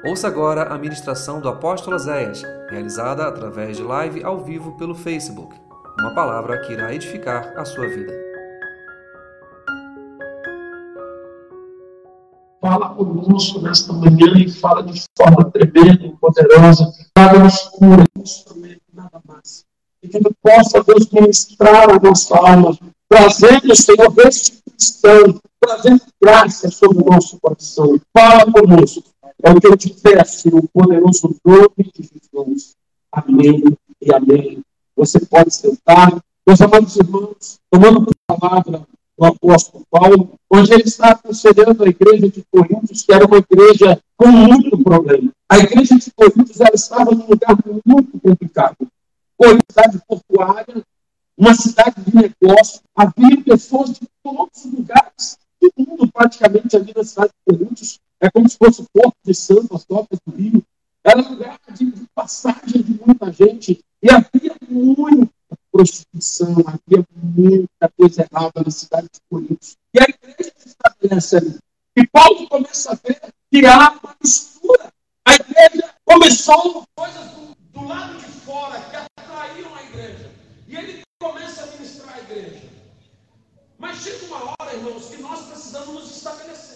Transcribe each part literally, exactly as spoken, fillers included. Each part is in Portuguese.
Ouça agora a ministração do apóstolo Oséias, realizada através de live ao vivo pelo Facebook. Uma palavra que irá edificar a sua vida. Fala conosco nesta manhã e fala de forma tremenda e poderosa. Nada cura, instrumento, nada mais. E que tu possa, Deus, ministrar a nossa alma, trazendo, Senhor, restituição, trazendo graça sobre o nosso coração. Fala conosco. É o que eu te peço, no poderoso nome de Jesus. Amém e amém. Você pode sentar. Meus amados irmãos, tomando a palavra do apóstolo Paulo, onde ele está aconselhando a igreja de Coríntios, que era uma igreja com muito problema. A igreja de Coríntios ela estava num lugar muito complicado. Foi uma cidade portuária, uma cidade de negócio. Havia pessoas de todos os lugares. Todo mundo praticamente ali na cidade de Coríntios. É como se fosse o Porto de Santo, as docas do Rio. Era um lugar de, de passagem de muita gente. E havia muita prostituição, havia muita coisa errada na cidade de Coríntios. E a igreja se estabelece ali. E Paulo começa a ver que há uma mistura. A igreja começou coisas do, do lado de fora que atraíam a igreja. E ele começa a ministrar a igreja. Mas chega uma hora, irmãos, que nós precisamos nos estabelecer.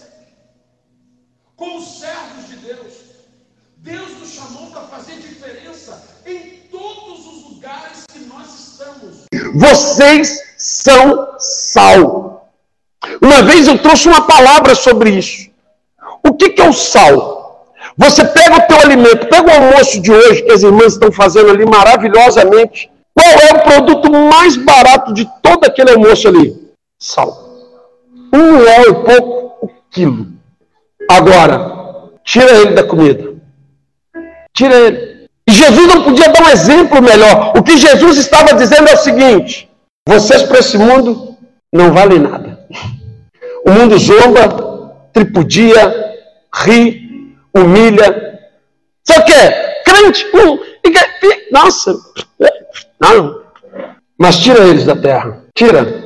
Como servos de Deus, Deus nos chamou para fazer diferença em todos os lugares que nós estamos. Vocês são sal. Uma vez eu trouxe uma palavra sobre isso. O que, que é o sal? Você pega o teu alimento, pega o almoço de hoje que as irmãs estão fazendo ali maravilhosamente. Qual é o produto mais barato de todo aquele almoço ali? Sal. Um real e pouco o quilo. Agora, tira ele da comida. Tira ele. E Jesus não podia dar um exemplo melhor. O que Jesus estava dizendo é o seguinte: vocês para esse mundo não valem nada. O mundo zomba, tripudia, ri, humilha. Sabe o que é? Crente. Hum, nossa. Não. Mas tira eles da terra. Tira.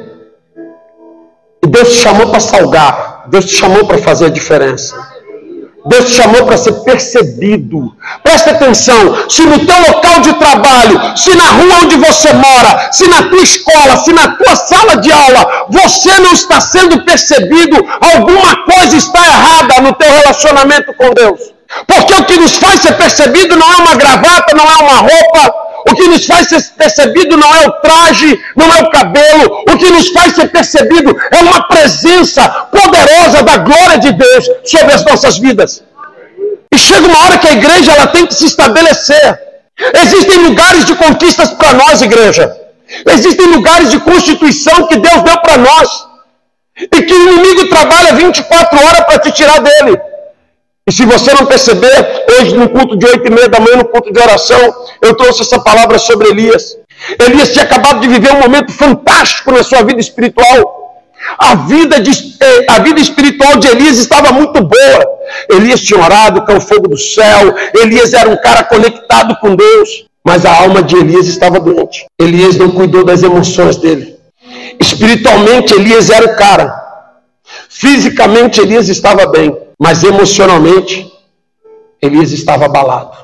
E Deus te chamou para salgar. Deus te chamou para fazer a diferença. Deus te chamou para ser percebido. Presta atenção. Se no teu local de trabalho, se na rua onde você mora, se na tua escola, se na tua sala de aula, você não está sendo percebido, alguma coisa está errada no teu relacionamento com Deus. Porque o que nos faz ser percebido não é uma gravata, não é uma roupa. O que nos faz ser percebido não é o traje, não é o cabelo. O que nos faz ser percebido é uma presença poderosa da glória de Deus sobre as nossas vidas. E chega uma hora que a igreja ela tem que se estabelecer. Existem lugares de conquistas para nós, igreja. Existem lugares de constituição que Deus deu para nós. E que o inimigo trabalha vinte e quatro horas para te tirar dele. E se você não perceber, hoje no culto de oito e meia da manhã, no culto de oração, eu trouxe essa palavra sobre Elias. Elias tinha acabado de viver um momento fantástico na sua vida espiritual. A vida, de, a vida espiritual de Elias estava muito boa. Elias tinha orado com o fogo do céu. Elias era um cara conectado com Deus. Mas a alma de Elias estava doente. Elias não cuidou das emoções dele. Espiritualmente, Elias era o cara. Fisicamente, Elias estava bem. Mas emocionalmente, Elias estava abalado.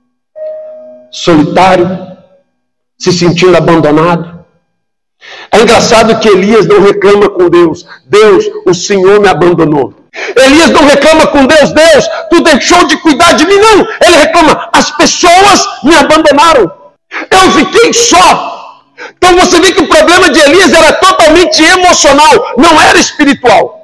Solitário, se sentindo abandonado. É engraçado que Elias não reclama com Deus. Deus, o Senhor me abandonou. Elias não reclama com Deus. Deus, tu deixou de cuidar de mim. Não, ele reclama. As pessoas me abandonaram. Eu fiquei só. Então você vê que o problema de Elias era totalmente emocional. Não era espiritual.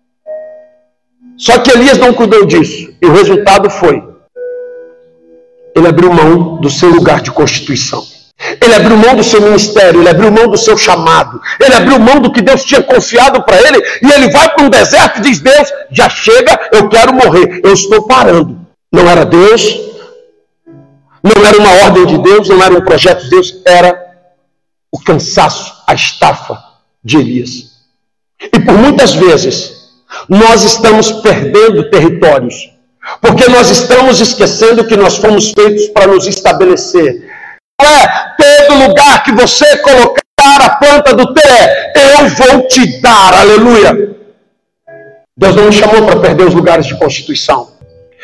Só que Elias não cuidou disso. E o resultado foi: ele abriu mão do seu lugar de constituição. Ele abriu mão do seu ministério. Ele abriu mão do seu chamado. Ele abriu mão do que Deus tinha confiado para ele. E ele vai para um deserto e diz: Deus, já chega, eu quero morrer. Eu estou parando. Não era Deus. Não era uma ordem de Deus. Não era um projeto de Deus. Era o cansaço, a estafa de Elias. E por muitas vezes nós estamos perdendo territórios, porque nós estamos esquecendo que nós fomos feitos para nos estabelecer. Não é todo lugar que você colocar a planta do pé, eu vou te dar, aleluia. Deus não nos chamou para perder os lugares de constituição.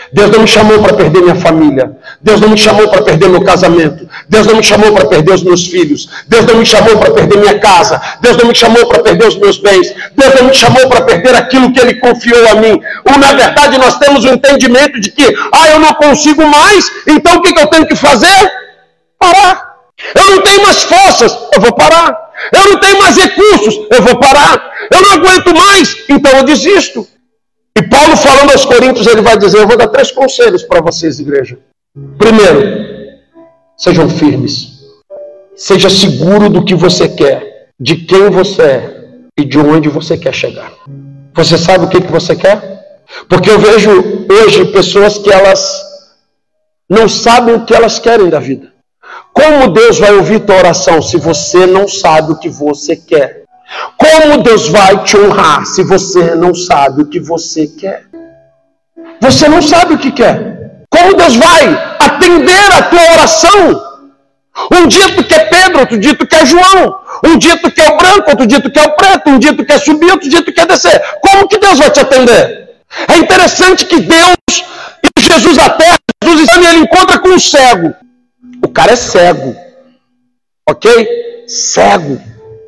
Deus não me chamou para perder minha família. Deus não me chamou para perder meu casamento. Deus não me chamou para perder os meus filhos. Deus não me chamou para perder minha casa. Deus não me chamou para perder os meus bens. Deus não me chamou para perder aquilo que Ele confiou a mim. Ou, na verdade, nós temos o entendimento de que, ah, eu não consigo mais, então o que eu tenho que fazer? Parar. Eu não tenho mais forças, eu vou parar. Eu não tenho mais recursos, eu vou parar. Eu não aguento mais, então eu desisto. E Paulo, falando aos Coríntios, ele vai dizer, eu vou dar três conselhos para vocês, igreja. Primeiro, sejam firmes. Seja seguro do que você quer, de quem você é e de onde você quer chegar. Você sabe o que, que você quer? Porque eu vejo hoje pessoas que elas não sabem o que elas querem da vida. Como Deus vai ouvir tua oração se você não sabe o que você quer? Como Deus vai te honrar se você não sabe o que você quer? Você não sabe o que quer. Como Deus vai atender a tua oração? Um dia tu quer Pedro, outro dia tu quer João. Um dia tu quer o branco, outro dia tu quer o preto. Um dia tu quer subir, outro dia tu quer descer. Como que Deus vai te atender? É interessante que Deus e Jesus na terra, Jesus e ele encontra com um cego. O cara é cego. Ok? Cego.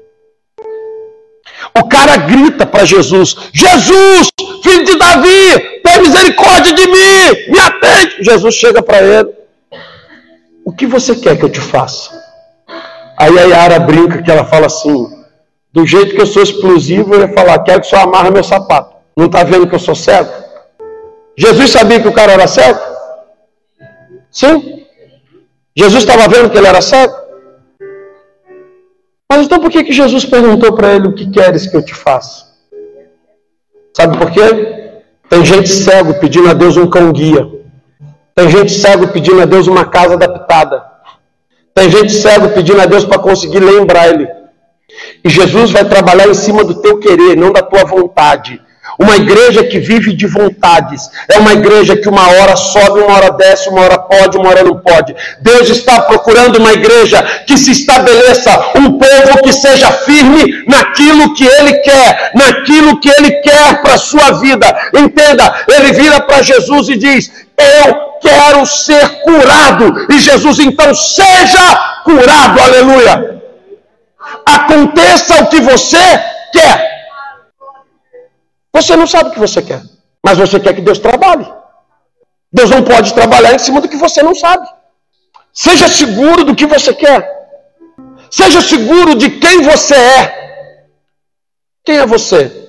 O cara grita para Jesus, Jesus, filho de Davi, tem misericórdia de mim, me atende. Jesus chega para ele, o que você quer que eu te faça? Aí a Yara brinca que ela fala assim, do jeito que eu sou explosivo, eu ia falar, quero que o senhor amarre meu sapato. Não está vendo que eu sou cego? Jesus sabia que o cara era cego? Sim? Jesus estava vendo que ele era cego? Mas então por que, que Jesus perguntou para ele o que queres que eu te faça? Sabe por quê? Tem gente cego pedindo a Deus um cão guia. Tem gente cego pedindo a Deus uma casa adaptada. Tem gente cego pedindo a Deus para conseguir lembrar ele. E Jesus vai trabalhar em cima do teu querer, não da tua vontade. Uma igreja que vive de vontades. É uma igreja que uma hora sobe, uma hora desce, uma hora pode, uma hora não pode. Deus está procurando uma igreja que se estabeleça, um povo que seja firme naquilo que Ele quer, naquilo que Ele quer para a sua vida. Entenda, ele vira para Jesus e diz, eu quero ser curado. E Jesus então, seja curado, aleluia. Aconteça o que você quer. Você não sabe o que você quer, mas você quer que Deus trabalhe. Deus não pode trabalhar em cima do que você não sabe. Seja seguro do que você quer. Seja seguro de quem você é. Quem é você?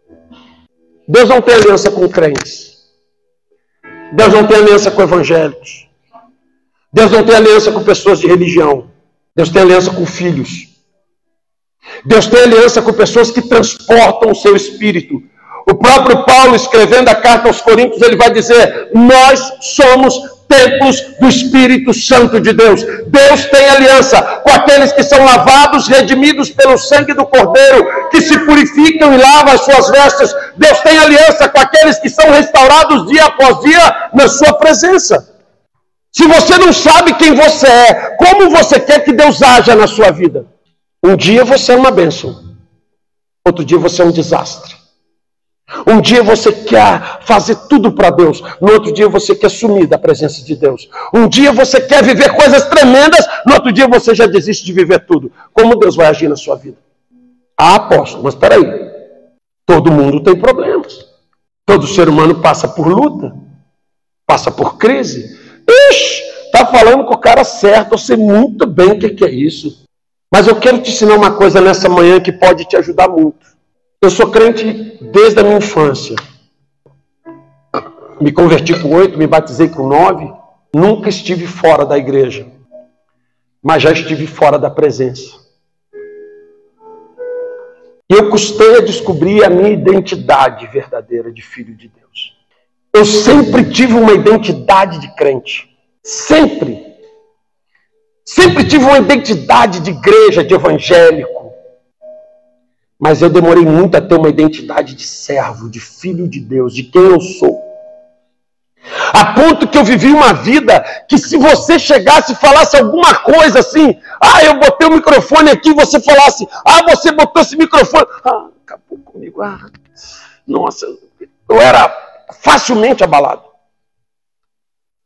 Deus não tem aliança com crentes. Deus não tem aliança com evangélicos. Deus não tem aliança com pessoas de religião. Deus tem aliança com filhos. Deus tem aliança com pessoas que transportam o seu espírito. O próprio Paulo, escrevendo a carta aos Coríntios, ele vai dizer, nós somos templos do Espírito Santo de Deus. Deus tem aliança com aqueles que são lavados, redimidos pelo sangue do Cordeiro, que se purificam e lavam as suas vestes. Deus tem aliança com aqueles que são restaurados dia após dia na sua presença. Se você não sabe quem você é, como você quer que Deus haja na sua vida? Um dia você é uma bênção, outro dia você é um desastre. Um dia você quer fazer tudo para Deus, no outro dia você quer sumir da presença de Deus. Um dia você quer viver coisas tremendas, no outro dia você já desiste de viver tudo. Como Deus vai agir na sua vida? Ah, apóstolo, mas espera aí. Todo mundo tem problemas. Todo ser humano passa por luta, passa por crise. Ixi, está falando com o cara certo, eu sei muito bem o que é isso. Mas eu quero te ensinar uma coisa nessa manhã que pode te ajudar muito. Eu sou crente desde a minha infância. Me converti com oito, me batizei com nove. Nunca estive fora da igreja. Mas já estive fora da presença. E eu custei a descobrir a minha identidade verdadeira de filho de Deus. Eu sempre tive uma identidade de crente. Sempre. Sempre tive uma identidade de igreja, de evangélico. Mas eu demorei muito a ter uma identidade de servo, de filho de Deus, de quem eu sou. A ponto que eu vivi uma vida que se você chegasse e falasse alguma coisa assim, ah, eu botei o microfone aqui e você falasse, ah, você botou esse microfone, ah, acabou comigo, ah, nossa, eu era facilmente abalado.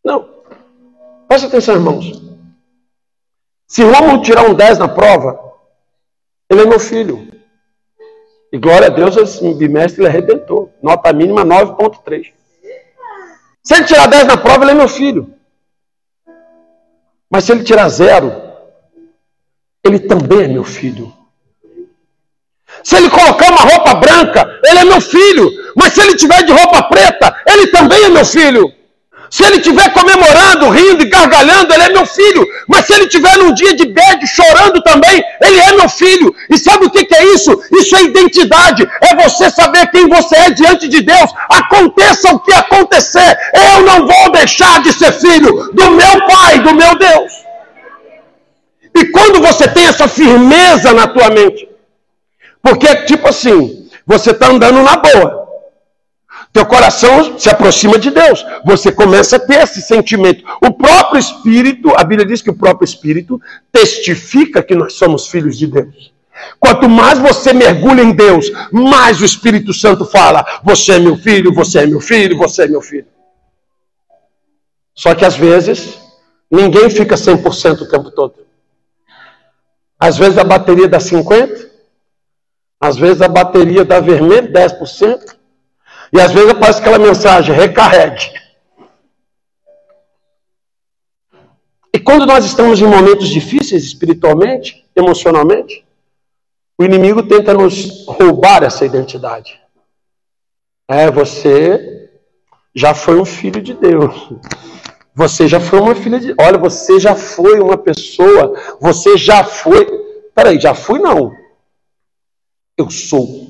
Não. Presta atenção, irmãos. Se Rômulo tirar um dez na prova, ele é meu filho. E glória a Deus, esse bimestre ele arrebentou. Nota mínima nove ponto três. Se ele tirar dez na prova, ele é meu filho. Mas se ele tirar zero, ele também é meu filho. Se ele colocar uma roupa branca, ele é meu filho. Mas se ele tiver de roupa preta, ele também é meu filho. Se ele estiver comemorando, rindo e gargalhando, ele é meu filho. Mas se ele estiver num dia de bad, chorando também, ele é meu filho. E sabe o que é isso? Isso é identidade. É você saber quem você é diante de Deus. Aconteça o que acontecer, eu não vou deixar de ser filho do meu Pai, do meu Deus. E quando você tem essa firmeza na tua mente, porque tipo assim, você está andando na boa. Teu coração se aproxima de Deus. Você começa a ter esse sentimento. O próprio Espírito, a Bíblia diz que o próprio Espírito testifica que nós somos filhos de Deus. Quanto mais você mergulha em Deus, mais o Espírito Santo fala: você é meu filho, você é meu filho, você é meu filho. Só que às vezes, ninguém fica cem por cento o tempo todo. Às vezes a bateria dá cinquenta por cento, às vezes a bateria dá vermelho, dez por cento. E às vezes aparece aquela mensagem: recarregue. E quando nós estamos em momentos difíceis, espiritualmente, emocionalmente, o inimigo tenta nos roubar essa identidade. É, você já foi um filho de Deus. Você já foi uma filha de... Olha, você já foi uma pessoa. Você já foi... Peraí, já fui não. Eu sou.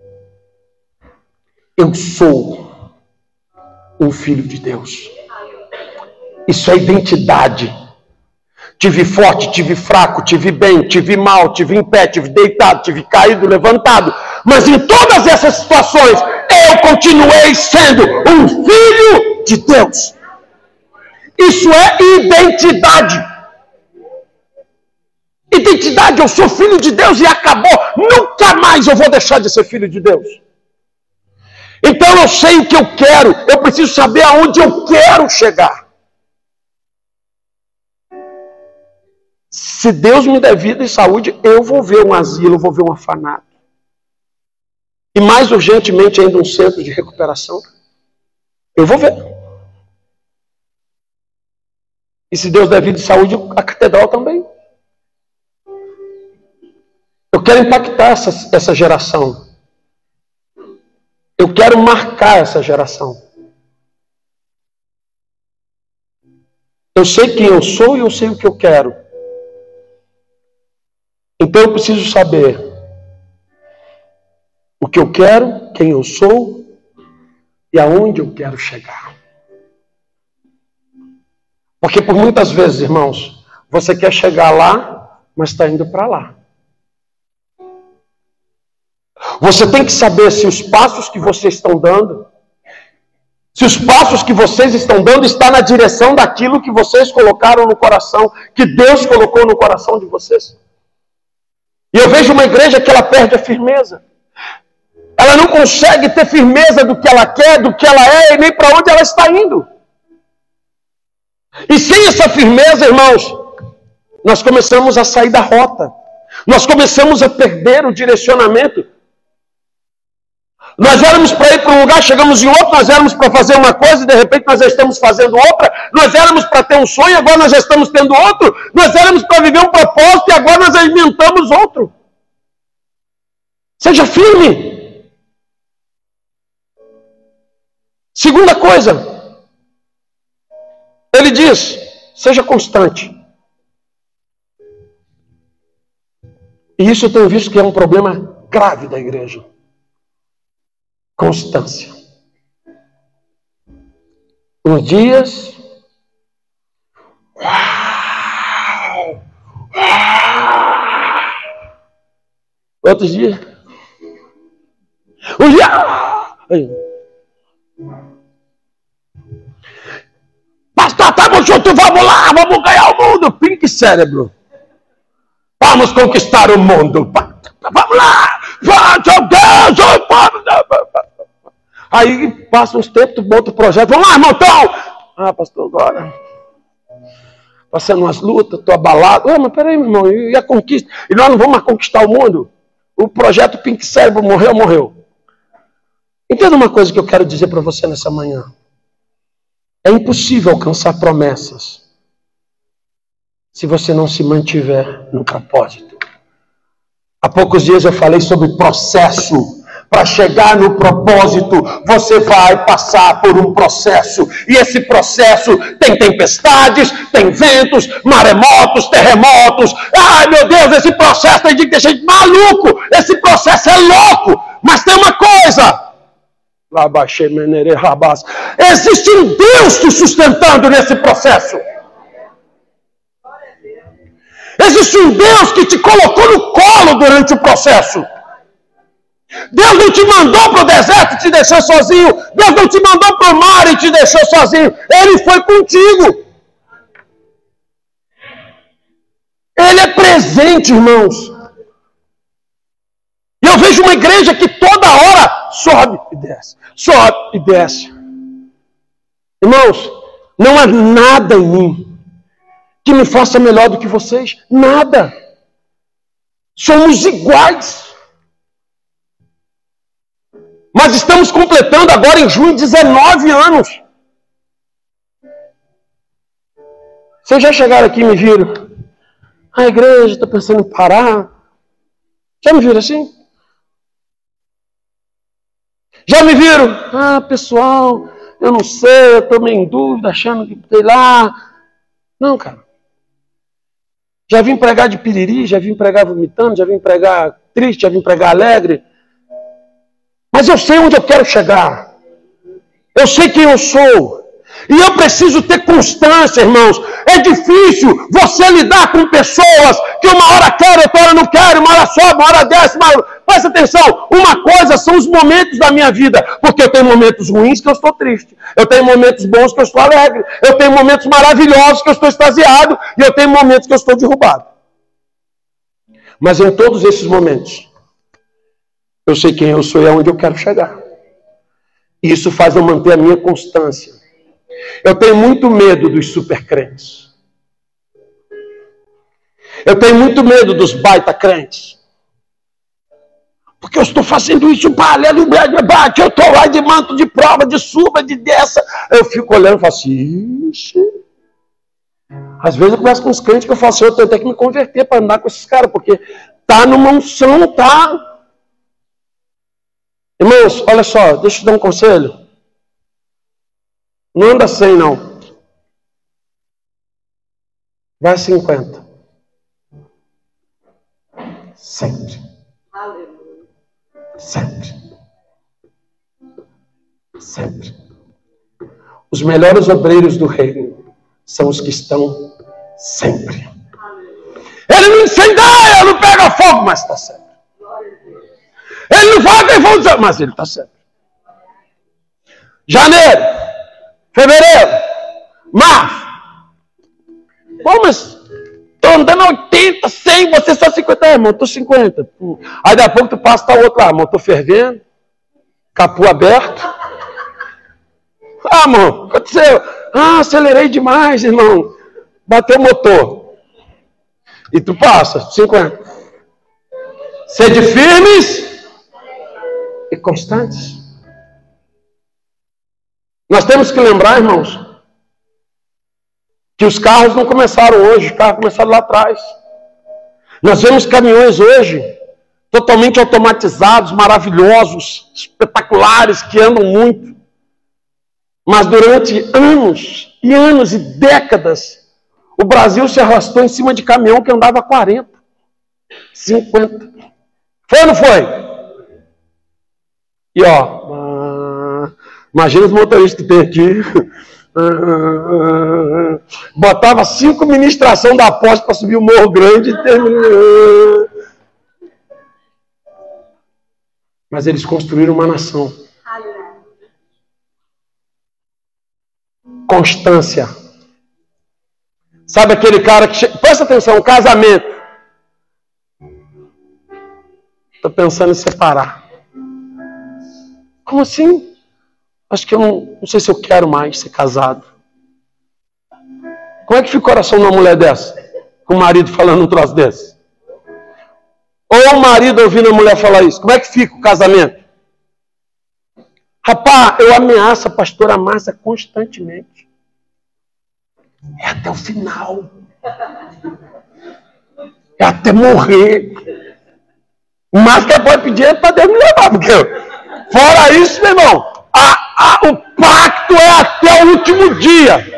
Eu sou um filho de Deus. Isso é identidade. Tive forte, tive fraco, tive bem, tive mal, tive em pé, tive deitado, tive caído, levantado. Mas em todas essas situações, eu continuei sendo um filho de Deus. Isso é identidade. Identidade, eu sou filho de Deus e acabou. Nunca mais eu vou deixar de ser filho de Deus. Então eu sei o que eu quero, eu preciso saber aonde eu quero chegar. Se Deus me der vida e saúde, eu vou ver um asilo, eu vou ver um orfanato. E mais urgentemente ainda um centro de recuperação. Eu vou ver. E se Deus der vida e saúde, a catedral também. Eu quero impactar essa, essa geração. Eu quero marcar essa geração. Eu sei quem eu sou e eu sei o que eu quero. Então eu preciso saber o que eu quero, quem eu sou e aonde eu quero chegar. Porque por muitas vezes, irmãos, você quer chegar lá, mas está indo para lá. Você tem que saber se os passos que vocês estão dando, se os passos que vocês estão dando está na direção daquilo que vocês colocaram no coração, que Deus colocou no coração de vocês. E eu vejo uma igreja que ela perde a firmeza. Ela não consegue ter firmeza do que ela quer, do que ela é e nem para onde ela está indo. E sem essa firmeza, irmãos, nós começamos a sair da rota. Nós começamos a perder o direcionamento. Nós éramos para ir para um lugar, chegamos em outro, nós éramos para fazer uma coisa e de repente nós já estamos fazendo outra. Nós éramos para ter um sonho, agora nós já estamos tendo outro. Nós éramos para viver um propósito e agora nós inventamos outro. Seja firme. Segunda coisa, ele diz, seja constante. E isso eu tenho visto que é um problema grave da igreja. Constância. Uns dias, uau, uau. Outros dias, um dia, pastor, tamo junto, vamos lá, vamos ganhar o mundo. Pink cérebro. Vamos conquistar o mundo. Vamos lá. Aí passa uns tempos, monta o projeto. Vamos lá, irmão, então. Ah, pastor, agora passando umas lutas, estou abalado. Ah, mas peraí, meu irmão, e a conquista? E nós não vamos mais conquistar o mundo? O projeto Pink Cérebro morreu, morreu. Entenda uma coisa que eu quero dizer para você nessa manhã. É impossível alcançar promessas se você não se mantiver no propósito. Há poucos dias eu falei sobre processo. Para chegar no propósito, você vai passar por um processo. E esse processo tem tempestades, tem ventos, maremotos, terremotos. Ai, meu Deus, esse processo tem de deixar gente maluco. Esse processo é louco. Mas tem uma coisa. Existe um Deus te sustentando nesse processo. Existe um Deus que te colocou no colo durante o processo. Deus não te mandou para o deserto e te deixou sozinho. Deus não te mandou para o mar e te deixou sozinho. Ele foi contigo. Ele é presente, irmãos. E eu vejo uma igreja que toda hora sobe e desce. Sobe e desce. Irmãos, não há nada em mim que me faça melhor do que vocês. Nada. Somos iguais. Mas estamos completando agora em junho dezenove anos. Vocês já chegaram aqui e me viram? A igreja está pensando em parar. Já me viram assim? Já me viram? Ah, pessoal, eu não sei, eu estou meio em dúvida, achando que sei lá. Não, cara. Já vim pregar de piriri, já vim pregar vomitando, já vim pregar triste, já vim pregar alegre. Mas eu sei onde eu quero chegar. Eu sei quem eu sou. E eu preciso ter constância, irmãos. É difícil você lidar com pessoas que uma hora querem, outra hora não querem, uma hora sobe, uma hora desce. Uma hora... Presta atenção. Uma coisa são os momentos da minha vida. Porque eu tenho momentos ruins que eu estou triste. Eu tenho momentos bons que eu estou alegre. Eu tenho momentos maravilhosos que eu estou extasiado. E eu tenho momentos que eu estou derrubado. Mas em todos esses momentos, eu sei quem eu sou e aonde eu quero chegar. E isso faz eu manter a minha constância. Eu tenho muito medo dos supercrentes. Eu tenho muito medo dos baita crentes. Porque eu estou fazendo isso, bate, eu estou lá de manto de prova, de suba, de dessa. Eu fico olhando e falo assim, ixi. Às vezes eu converso com os crentes que eu falo assim, eu tenho até que me converter para andar com esses caras, porque tá numa unção, tá... Irmãos, olha só, deixa eu te dar um conselho. Não anda cem, não. Vai cinquenta. Sempre. Sempre. Sempre. Os melhores obreiros do reino são os que estão sempre. Ele não incendeia, não pega fogo, mas está sempre. Ele não fala que ele vai, mas ele está sempre. Janeiro, fevereiro, março. Bom, mas estou andando oitenta, cem, você só cinquenta. É, irmão, estou cinquenta. Aí daqui a pouco tu passa, está outro lá, irmão, estou fervendo, capô aberto. Ah, irmão, aconteceu. Ah, acelerei demais, irmão. Bateu o motor. E tu passa, cinquenta. Sede firmes e constantes. Nós temos que lembrar, irmãos, que os carros não começaram hoje, os carros começaram lá atrás. Nós vemos caminhões hoje, totalmente automatizados, maravilhosos, espetaculares, que andam muito. Mas durante anos e anos e décadas, o Brasil se arrastou em cima de caminhão que andava a quarenta, cinquenta. Foi ou não foi? E ó, imagina os motoristas que tem aqui. Botava cinco ministração da Apóstolo para subir o Morro Grande e terminou. Mas eles construíram uma nação. Constância. Sabe aquele cara que... Che... Presta atenção, casamento. Estou pensando em separar. Como assim? Acho que eu não, não sei se eu quero mais ser casado. Como é que fica o coração de uma mulher dessa? Com o marido falando um troço desse? Ou o marido ouvindo a mulher falar isso? Como é que fica o casamento? Rapaz, eu ameaço a pastora Márcia constantemente. É até o final. É até morrer. O máximo que ela pode pedir é para Deus me levar. Porque fora isso, meu irmão, a, a, o pacto é até o último dia.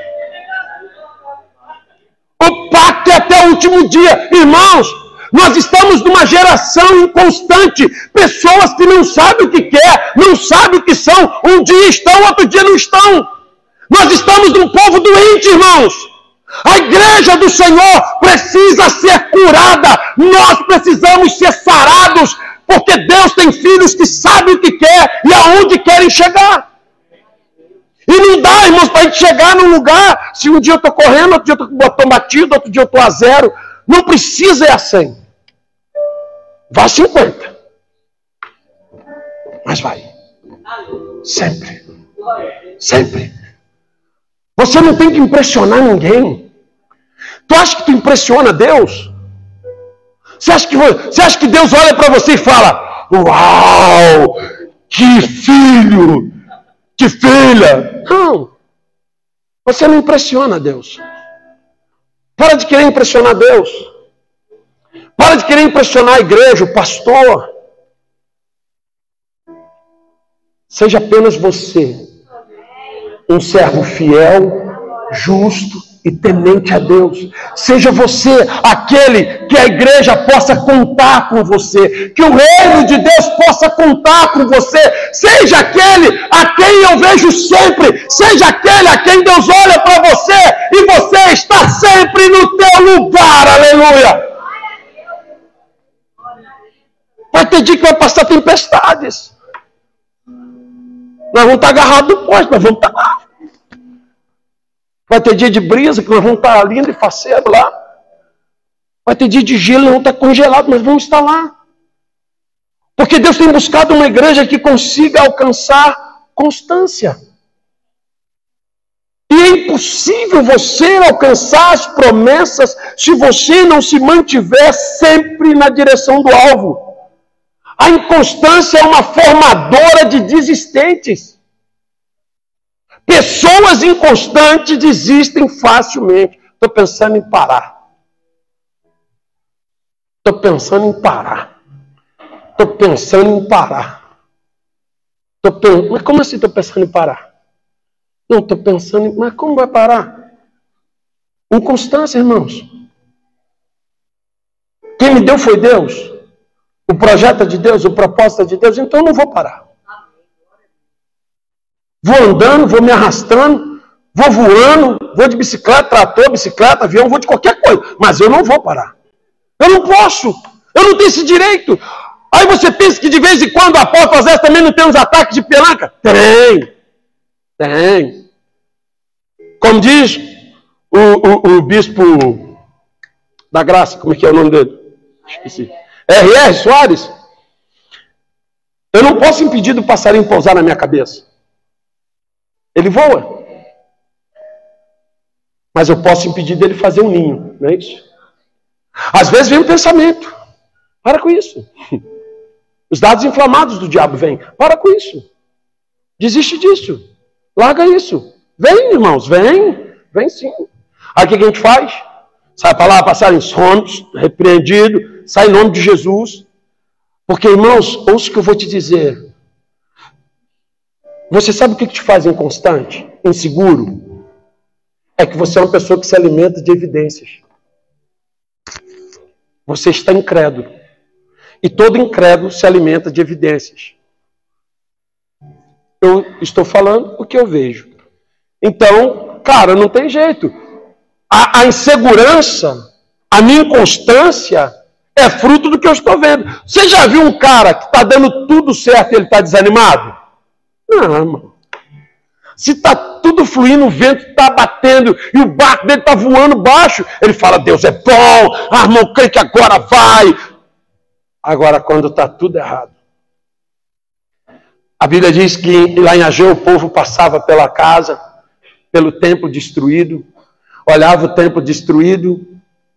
O pacto é até o último dia. Irmãos, nós estamos numa geração inconstante. Pessoas que não sabem o que quer, não sabem o que são. Um dia estão, outro dia não estão. Nós estamos num povo doente, irmãos. A igreja do Senhor precisa ser curada. Nós precisamos ser sarados. Porque Deus tem filhos que sabem o que quer e aonde querem chegar. E não dá, irmãos, para a gente chegar num lugar, se um dia eu estou correndo, outro dia eu estou com o botão batido, outro dia eu estou a zero. Não precisa ir a cem. Vá a cinquenta. Mas vai. Sempre. Sempre. Você não tem que impressionar ninguém. Tu acha que tu impressiona Deus? Você acha que, você acha que Deus olha para você e fala: uau, que filho, que filha? Não. Você não impressiona Deus. Para de querer impressionar Deus. Para de querer impressionar a igreja, o pastor. Seja apenas você, um servo fiel, justo e temente a Deus. Seja você aquele que a igreja possa contar com você, que o reino de Deus possa contar com você. Seja aquele a quem eu vejo sempre. Seja aquele a quem Deus olha para você e você está sempre no teu lugar. Aleluia! Vai ter dia que vai passar tempestades. Nós vamos estar agarrados no poste, mas vamos estar lá. Vai ter dia de brisa, que nós vamos estar lindo e faceiro lá. Vai ter dia de gelo, nós vamos estar congelados, mas vamos estar lá. Porque Deus tem buscado uma igreja que consiga alcançar constância. E é impossível você alcançar as promessas se você não se mantiver sempre na direção do alvo. A inconstância é uma formadora de desistentes. Pessoas inconstantes desistem facilmente. Estou pensando em parar. Estou pensando em parar. Estou pensando em parar. Tô pen... Mas como assim estou pensando em parar? Não, estou pensando em... Mas como vai parar? Inconstância, irmãos. Quem me deu foi Deus. O projeto é de Deus, o propósito é de Deus, então eu não vou parar. Vou andando, vou me arrastando, vou voando, vou de bicicleta, trator, bicicleta, avião, vou de qualquer coisa. Mas eu não vou parar. Eu não posso. Eu não tenho esse direito. Aí você pensa que de vez em quando o apóstolo Zé também não tem uns ataques de pelanca? Tem. Tem. Como diz o, o, o bispo da Graça, como é que é o nome dele? Esqueci. R R Soares. Eu não posso impedir do passarinho pousar na minha cabeça. Ele voa. Mas eu posso impedir dele fazer um ninho, não é isso? Às vezes vem um pensamento. Para com isso. Os dados inflamados do diabo vêm. Para com isso. Desiste disso. Larga isso. Vem, irmãos, vem. Vem sim. Aí o que a gente faz? Sai para lá, passarinho, some, repreendido. Sai em nome de Jesus. Porque, irmãos, ouça o que eu vou te dizer. Você sabe o que te faz inconstante? Inseguro? É que você é uma pessoa que se alimenta de evidências. Você está incrédulo. E todo incrédulo se alimenta de evidências. Eu estou falando o que eu vejo. Então, cara, não tem jeito. A, a insegurança, a minha inconstância é fruto do que eu estou vendo. Você já viu um cara que está dando tudo certo e ele está desanimado? Não, irmão. Se está tudo fluindo, o vento está batendo e o barco dele está voando baixo, ele fala, Deus é bom, ah, irmão, creio que agora vai. Agora, quando está tudo errado. A Bíblia diz que lá em Ageu o povo passava pela casa, pelo templo destruído. olhava o templo destruído,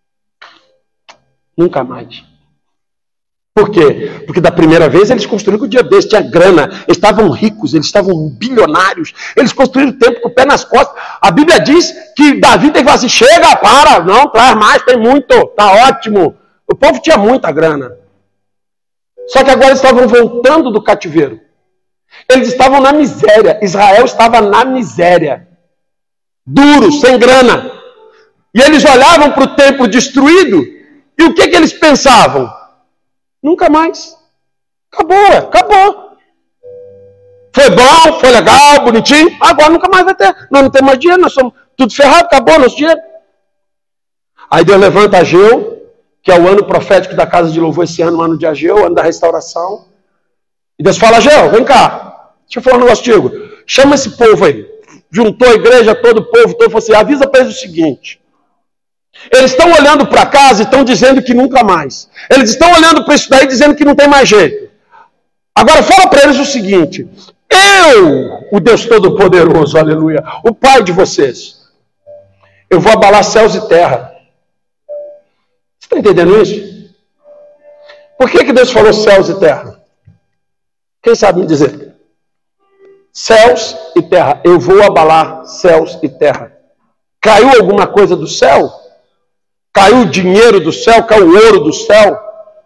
nunca mais. Por quê? Porque da primeira vez eles construíram com o dia desse, tinha grana, eles estavam ricos, eles estavam bilionários, eles construíram o templo com o pé nas costas. A Bíblia diz que Davi tem que falar assim, chega, para, não, traz mais, tem muito, tá ótimo. O povo tinha muita grana. Só que agora eles estavam voltando do cativeiro. Eles estavam na miséria, Israel estava na miséria. Duro, sem grana. E eles olhavam para o templo destruído, e o que, que eles pensavam? Nunca mais. Acabou, acabou. Foi bom, foi legal, bonitinho. Agora nunca mais vai ter. Nós não temos mais dinheiro, nós somos tudo ferrado, acabou nosso dinheiro. Aí Deus levanta Ageu, que é o ano profético da Casa de Louvor esse ano, o ano de Ageu, o ano da restauração. E Deus fala, Ageu, vem cá. Deixa eu falar um negócio contigo. Chama esse povo aí. Juntou a igreja, todo o povo, todo, falou assim, avisa para eles o seguinte. Eles estão olhando para casa e estão dizendo que nunca mais. Eles estão olhando para isso daí dizendo que não tem mais jeito. Agora fala para eles o seguinte. Eu, o Deus Todo-Poderoso, aleluia, o Pai de vocês, eu vou abalar céus e terra. Você está entendendo isso? Por que, que Deus falou céus e terra? Quem sabe me dizer? Céus e terra. Eu vou abalar céus e terra. Caiu alguma coisa do céu? Caiu o dinheiro do céu, caiu o ouro do céu.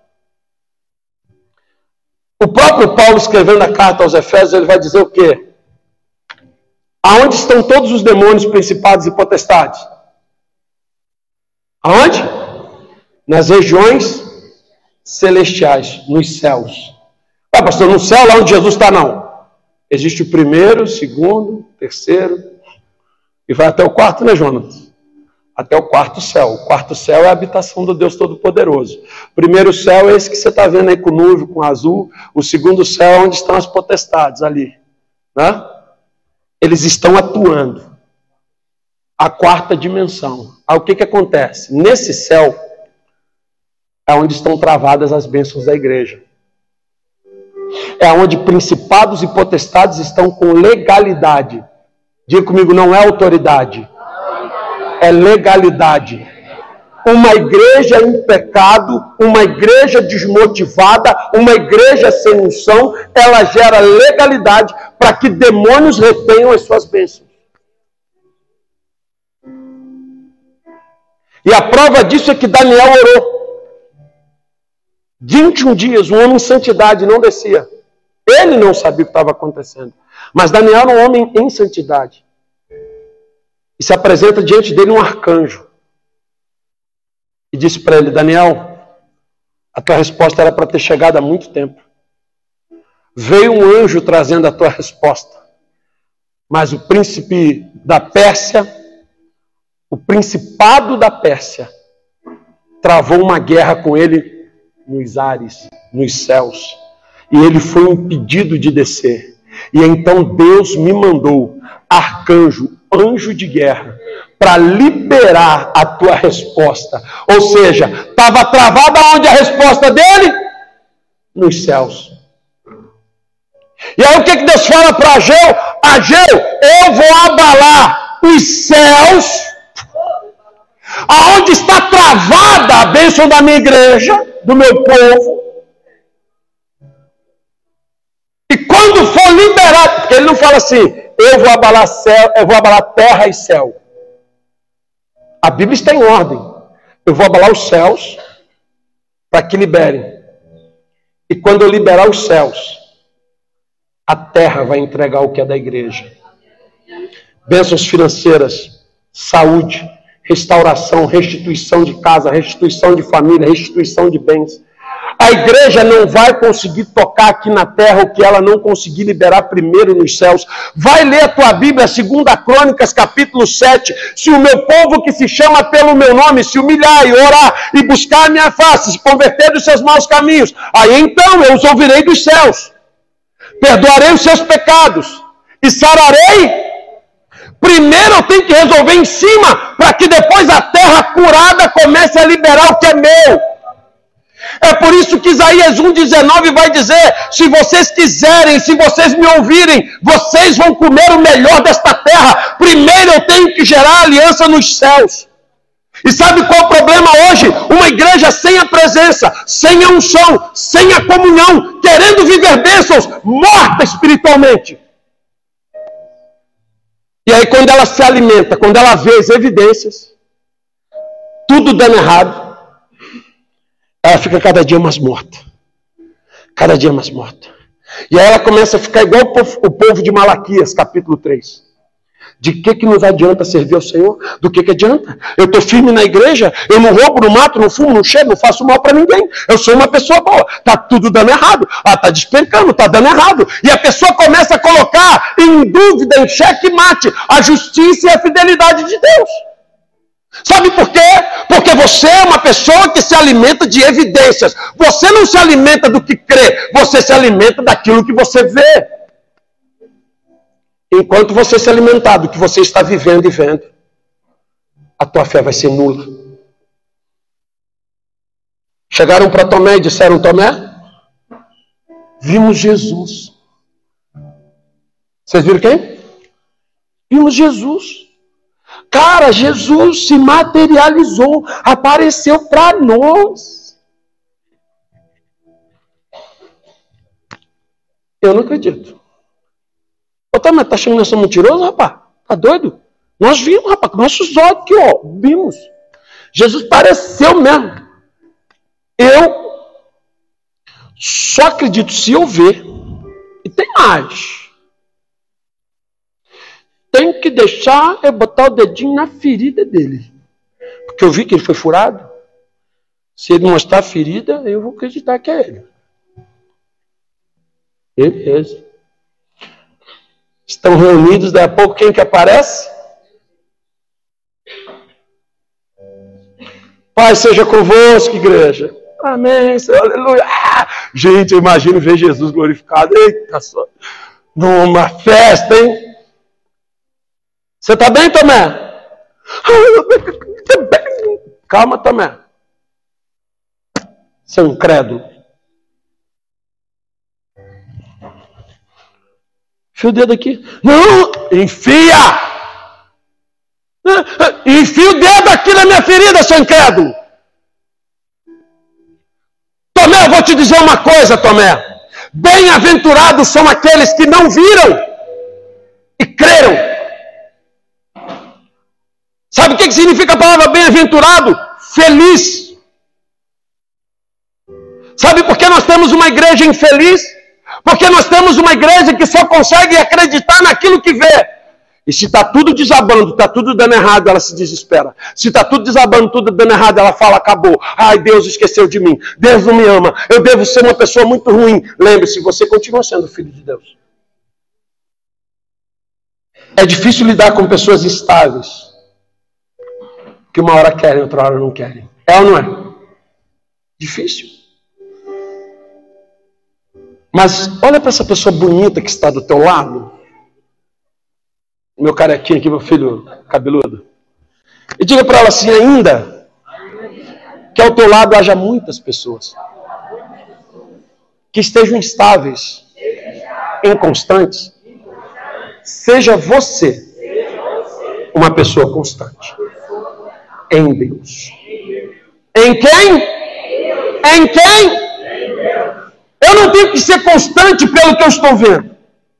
O próprio Paulo, escrevendo a carta aos Efésios, ele vai dizer o quê? Aonde estão todos os demônios, principados e potestades? Aonde? Nas regiões celestiais, nos céus. Ah, pastor, no céu, lá onde Jesus está, não. Existe o primeiro, o segundo, o terceiro, e vai até o quarto, né, Jonas? Até o quarto céu. O quarto céu é a habitação do Deus Todo-Poderoso. O primeiro céu é esse que você está vendo aí com nuvem, com azul. O segundo céu é onde estão as potestades, ali. Né? Eles estão atuando. A quarta dimensão. Aí o que, que acontece? Nesse céu é onde estão travadas as bênçãos da igreja. É onde principados e potestades estão com legalidade. Diga comigo, não é autoridade. É legalidade. Uma igreja em pecado, uma igreja desmotivada, uma igreja sem unção, ela gera legalidade para que demônios retenham as suas bênçãos. E a prova disso é que Daniel orou. vinte e um dias, um homem em santidade não descia. Ele não sabia o que estava acontecendo. Mas Daniel era um homem em santidade. E se apresenta diante dele um arcanjo. E disse para ele, Daniel, a tua resposta era para ter chegado há muito tempo. Veio um anjo trazendo a tua resposta. Mas o príncipe da Pérsia, o principado da Pérsia, travou uma guerra com ele nos ares, nos céus. E ele foi impedido de descer. E então Deus me mandou, arcanjo, anjo de guerra, para liberar a tua resposta. Ou seja, estava travada onde a resposta dele? Nos céus. E aí o que, que Deus fala para Ageu? Ageu, eu vou abalar os céus, aonde está travada a bênção da minha igreja, do meu povo. E quando for liberado, porque ele não fala assim, eu vou abalar céu, eu vou abalar terra e céu. A Bíblia está em ordem. Eu vou abalar os céus para que liberem. E quando eu liberar os céus, a terra vai entregar o que é da igreja. Bênçãos financeiras, saúde, restauração, restituição de casa, restituição de família, restituição de bens. A igreja não vai conseguir tocar aqui na terra o que ela não conseguir liberar primeiro nos céus. Vai ler a tua Bíblia, segunda Crônicas, capítulo sete. Se o meu povo que se chama pelo meu nome se humilhar e orar e buscar a minha face, se converter dos seus maus caminhos, aí então eu os ouvirei dos céus. Perdoarei os seus pecados e sararei. Primeiro eu tenho que resolver em cima, para que depois a terra curada comece a liberar o que é meu. É por isso que Isaías um, dezenove vai dizer: se vocês quiserem, se vocês me ouvirem, vocês vão comer o melhor desta terra. Primeiro eu tenho que gerar aliança nos céus. E sabe qual é o problema hoje? Uma igreja sem a presença, sem a unção, sem a comunhão, querendo viver bênçãos, morta espiritualmente. E aí quando ela se alimenta, quando ela vê as evidências, tudo dando errado, ela fica cada dia mais morta. Cada dia mais morta. E aí ela começa a ficar igual o povo, o povo de Malaquias, capítulo três. De que que nos adianta servir ao Senhor? Do que que adianta? Eu estou firme na igreja, eu não roubo, não mato, não fumo, não cheiro, não faço mal para ninguém. Eu sou uma pessoa boa. Está tudo dando errado. Ah, está despencando, está dando errado. E a pessoa começa a colocar em dúvida, em xeque-mate, a justiça e a fidelidade de Deus. Sabe por quê? Porque você é uma pessoa que se alimenta de evidências. Você não se alimenta do que crê, você se alimenta daquilo que você vê. Enquanto você se alimentar do que você está vivendo e vendo, a tua fé vai ser nula. Chegaram para Tomé e disseram: Tomé, vimos Jesus. Vocês viram quem? Vimos Jesus. Cara, Jesus se materializou, apareceu para nós. Eu não acredito. Ô, tá, mas tá achando que nós somos mentirosos, rapaz? Tá doido? Nós vimos, rapaz, com nossos olhos aqui, ó, vimos. Jesus apareceu mesmo. Eu só acredito se eu ver. E tem mais. Tem que deixar eu botar o dedinho na ferida dele. Porque eu vi que ele foi furado. Se ele mostrar a ferida, eu vou acreditar que é ele. Beleza. Estão reunidos, daí a pouco quem que aparece? Pai seja convosco, igreja. Amém, Senhor, aleluia. Ah, gente, eu imagino ver Jesus glorificado. Eita só. Numa festa, hein? Você está bem, Tomé? Calma, Tomé. Seu incrédulo. Enfia o dedo aqui. Não! Enfia! Enfia o dedo aqui na minha ferida, seu incrédulo. Tomé, eu vou te dizer uma coisa, Tomé. Bem-aventurados são aqueles que não viram e creram. Sabe o que significa a palavra bem-aventurado? Feliz. Sabe por que nós temos uma igreja infeliz? Porque nós temos uma igreja que só consegue acreditar naquilo que vê. E se está tudo desabando, está tudo dando errado, ela se desespera. Se está tudo desabando, tudo dando errado, ela fala: acabou. Ai, Deus esqueceu de mim. Deus não me ama. Eu devo ser uma pessoa muito ruim. Lembre-se, você continua sendo filho de Deus. É difícil lidar com pessoas estáveis. Que uma hora querem, outra hora não querem. É ou não é? Difícil. Mas olha para essa pessoa bonita que está do teu lado. Meu carequinho aqui, meu filho cabeludo. E diga para ela assim: ainda que ao teu lado haja muitas pessoas que estejam instáveis, inconstantes, seja você uma pessoa constante. Em Deus. Em quem? Em quem? Eu não tenho que ser constante pelo que eu estou vendo.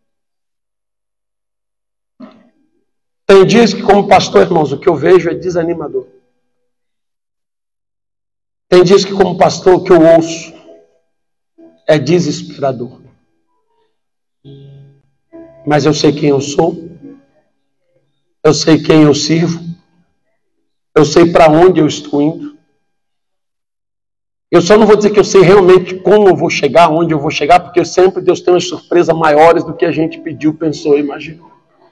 Tem dias que, como pastor, irmãos, o que eu vejo é desanimador. Tem dias que, como pastor, o que eu ouço é desesperador. Mas eu sei quem eu sou. Eu sei quem eu sirvo. Eu sei para onde eu estou indo. Eu só não vou dizer que eu sei realmente como eu vou chegar, onde eu vou chegar, porque sempre Deus tem umas surpresas maiores do que a gente pediu, pensou, imaginou.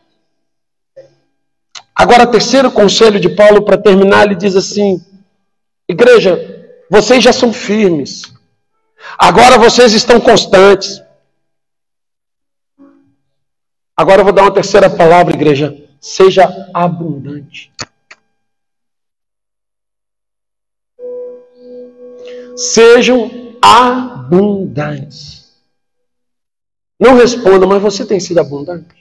Agora, terceiro conselho de Paulo, para terminar, ele diz assim: igreja, vocês já são firmes. Agora vocês estão constantes. Agora eu vou dar uma terceira palavra, igreja. Seja abundante. Sejam abundantes. Não responda, mas você tem sido abundante?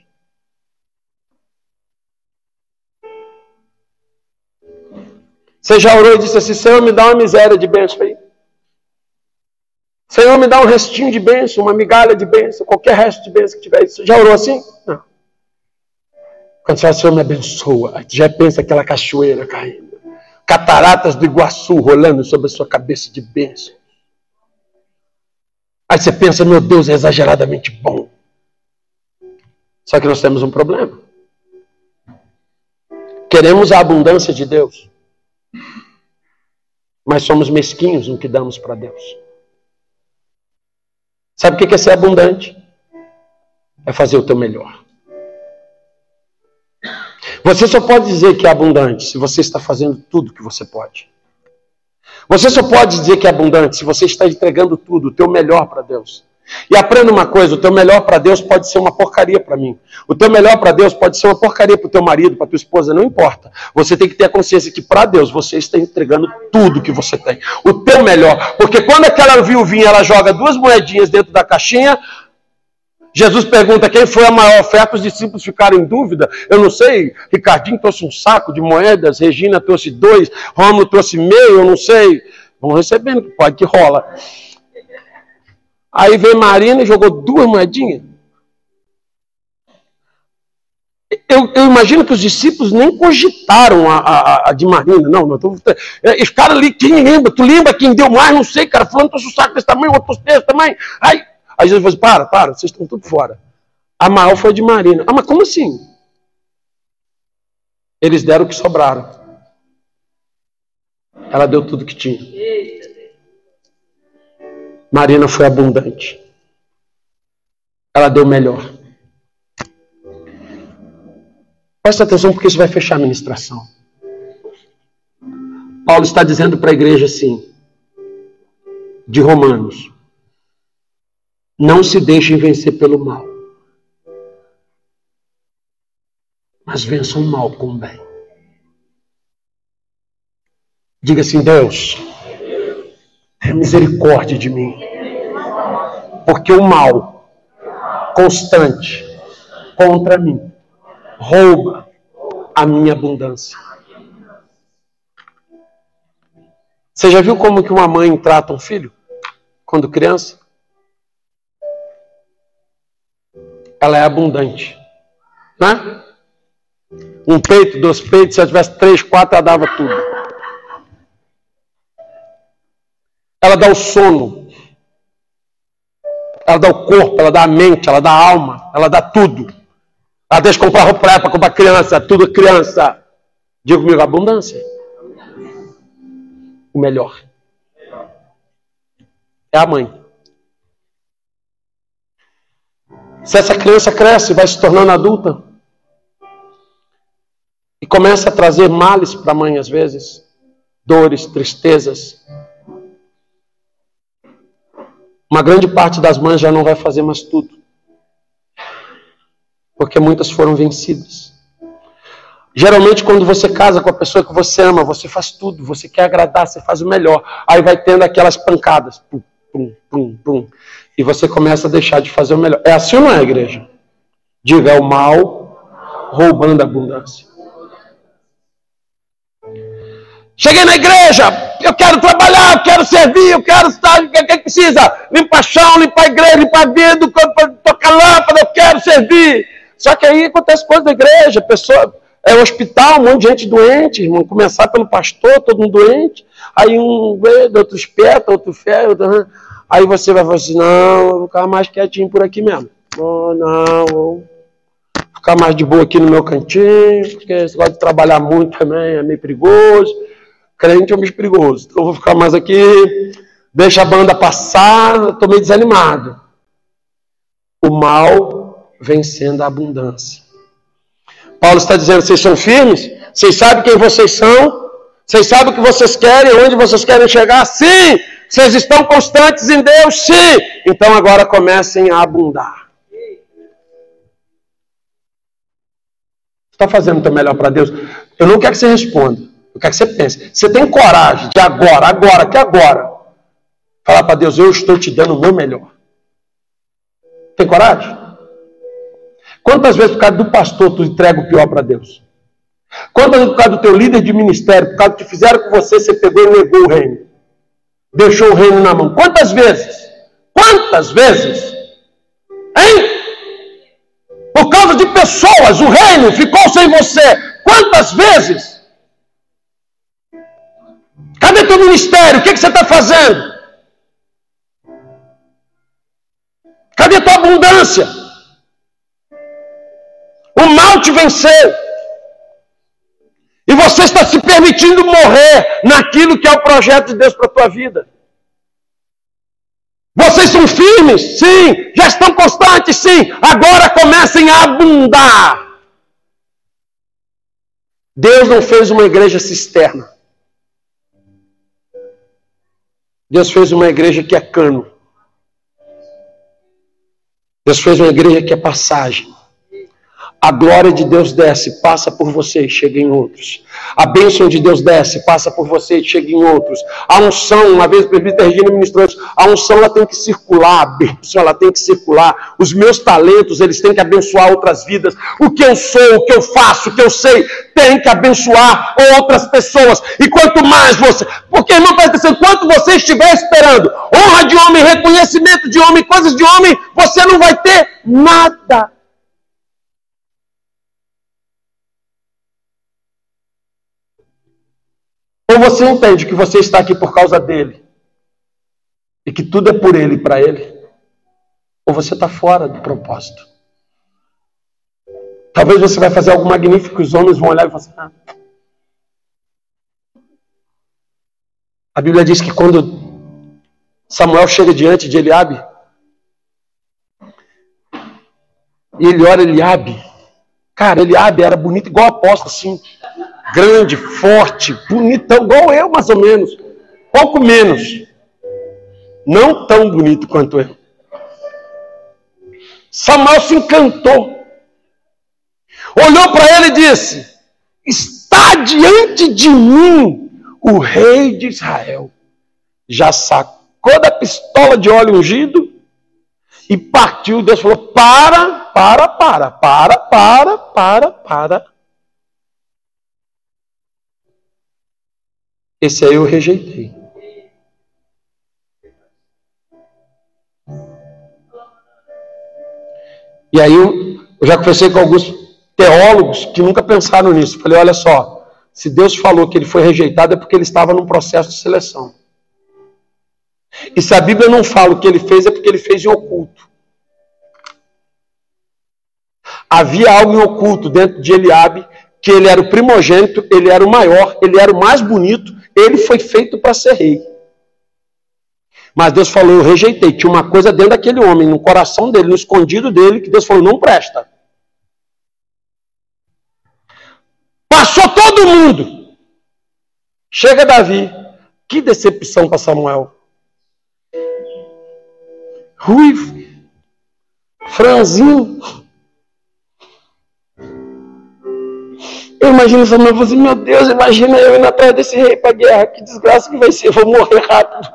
Você já orou e disse assim: Senhor, me dá uma miséria de bênção aí. Senhor, me dá um restinho de bênção, uma migalha de bênção, qualquer resto de bênção que tiver. Você já orou assim? Não. Quando você fala, Senhor, me abençoa, aí já pensa aquela cachoeira caindo. Cataratas do Iguaçu rolando sobre a sua cabeça de bênção. Aí você pensa, meu Deus, é exageradamente bom. Só que nós temos um problema. Queremos a abundância de Deus, mas somos mesquinhos no que damos para Deus. Sabe o que é ser abundante? É fazer o teu melhor. Você só pode dizer que é abundante se você está fazendo tudo que você pode. Você só pode dizer que é abundante se você está entregando tudo, o teu melhor para Deus. E aprenda uma coisa, o teu melhor para Deus pode ser uma porcaria para mim. O teu melhor para Deus pode ser uma porcaria para o teu marido, para tua esposa, não importa. Você tem que ter a consciência que para Deus você está entregando tudo que você tem. O teu melhor. Porque quando aquela viuvinha ela joga duas moedinhas dentro da caixinha, Jesus pergunta quem foi a maior oferta, os discípulos ficaram em dúvida. Eu não sei, Ricardinho trouxe um saco de moedas, Regina trouxe dois, Rômulo trouxe meio, eu não sei. Vão recebendo, pode que rola. Aí veio Marina e jogou duas moedinhas. Eu, eu imagino que os discípulos nem cogitaram a, a, a de Marina. Não, não. Tô, os caras ali, quem lembra? Tu lembra quem deu mais? Não sei, cara. Fulano trouxe um saco desse tamanho, outro trouxe desse tamanho. Aí, aí Jesus falou assim, para, para, vocês estão tudo fora. A maior foi de Marina. Ah, mas como assim? Eles deram o que sobraram. Ela deu tudo que tinha. Marina foi abundante. Ela deu o melhor. Presta atenção porque isso vai fechar a ministração. Paulo está dizendo para a igreja assim, de Romanos: não se deixem vencer pelo mal, mas vençam o mal com o bem. Diga assim: Deus, tenha misericórdia de mim, porque o mal constante contra mim rouba a minha abundância. Você já viu como que uma mãe trata um filho quando criança? Ela é abundante, né? Um peito, dois peitos, se ela tivesse três, quatro, ela dava tudo. Ela dá o sono, ela dá o corpo, ela dá a mente, ela dá a alma, ela dá tudo. Ela deixa comprar roupa para comprar criança, tudo criança. Diga comigo, abundância. O melhor é a mãe. Se essa criança cresce, vai se tornando adulta e começa a trazer males para a mãe às vezes, dores, tristezas, uma grande parte das mães já não vai fazer mais tudo, porque muitas foram vencidas. Geralmente quando você casa com a pessoa que você ama, você faz tudo, você quer agradar, você faz o melhor. Aí vai tendo aquelas pancadas. Pum, pum, pum, pum, e você começa a deixar de fazer o melhor. É assim ou não é, igreja? Diga, é o mal roubando a abundância. Cheguei na igreja, eu quero trabalhar, eu quero servir, eu quero estar, o que, que precisa? Limpar chão, limpar a igreja, limpar vidro, tocar lâmpada, eu quero servir. Só que aí acontece coisa da igreja, pessoa, é um hospital, um monte de gente doente, irmão, começar pelo pastor, todo mundo doente, aí um vê, outro espeta, outro fé, outro... aí você vai falar assim, não, eu vou ficar mais quietinho por aqui mesmo. Oh, não, vou ficar mais de boa aqui no meu cantinho, porque esse negócio de trabalhar muito também é meio perigoso. Crente é um bicho perigoso, então eu vou ficar mais aqui, deixa a banda passar, estou meio desanimado. O mal vencendo a abundância. Paulo está dizendo, vocês são firmes? Vocês sabem quem vocês são? Vocês sabem o que vocês querem, onde vocês querem chegar? Sim! Vocês estão constantes em Deus? Sim! Então agora comecem a abundar. Está fazendo o teu melhor para Deus? Eu não quero que você responda. Eu quero que você pense. Você tem coragem de agora, agora, que agora, Falar para Deus, eu estou te dando o meu melhor. Tem coragem? Quantas vezes por causa do pastor tu entrega o pior para Deus? Quantas vezes por causa do teu líder de ministério, por causa do que fizeram com você, você pegou e negou o reino? Deixou o reino na mão. Quantas vezes? Quantas vezes? Hein? Por causa de pessoas, o reino ficou sem você. Quantas vezes? Cadê teu ministério? O que, que você está fazendo? Cadê a tua abundância? O mal te venceu. E você está se permitindo morrer naquilo que é o projeto de Deus para a tua vida. Vocês são firmes? Sim. Já estão constantes? Sim. Agora comecem a abundar. Deus não fez uma igreja cisterna. Deus fez uma igreja que é cano. Deus fez uma igreja que é passagem. A glória de Deus desce, passa por você e chega em outros. A bênção de Deus desce, passa por você e chega em outros. A unção, uma vez o presbítero Regina ministrou isso, a unção ela tem que circular, a bênção ela tem que circular. Os meus talentos, eles têm que abençoar outras vidas. O que eu sou, o que eu faço, o que eu sei, tem que abençoar outras pessoas. E quanto mais você... Porque, irmão, presta atenção, quanto você estiver esperando honra de homem, reconhecimento de homem, coisas de homem, você não vai ter nada. Ou você entende que você está aqui por causa dele, e que tudo é por ele e para ele, ou você está fora do propósito. Talvez você vai fazer algo magnífico e os homens vão olhar e falar assim, ah. A Bíblia diz que quando Samuel chega diante de Eliabe, e ele olha Eliabe, cara, Eliabe era bonito igual apóstolo, assim, grande, forte, bonitão, igual eu, mais ou menos. Pouco menos. Não tão bonito quanto eu. Samuel se encantou. Olhou para ele e disse, está diante de mim o rei de Israel. Já sacou da pistola de óleo ungido e partiu. Deus falou, para, para, para, para, para, para, para. Esse aí eu rejeitei. E aí eu, eu já conversei com alguns teólogos que nunca pensaram nisso. Falei, olha só, se Deus falou que ele foi rejeitado é porque ele estava num processo de seleção. E se a Bíblia não fala o que ele fez é porque ele fez em oculto. Havia algo em oculto dentro de Eliabe, que ele era o primogênito, ele era o maior, ele era o mais bonito, ele foi feito para ser rei. Mas Deus falou, eu rejeitei. Tinha uma coisa dentro daquele homem, no coração dele, no escondido dele, que Deus falou, não presta. Passou todo mundo. Chega Davi. Que decepção para Samuel. Ruivo. Franzinho. Eu imagino Samuel falando assim, meu Deus, imagina eu indo atrás desse rei para a guerra. Que desgraça que vai ser, eu vou morrer rápido.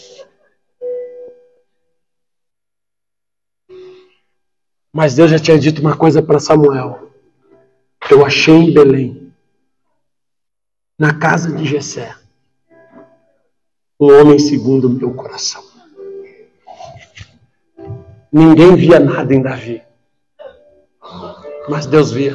Mas Deus já tinha dito uma coisa para Samuel. Eu achei em Belém, na casa de Jessé, um homem segundo o meu coração. Ninguém via nada em Davi, mas Deus via.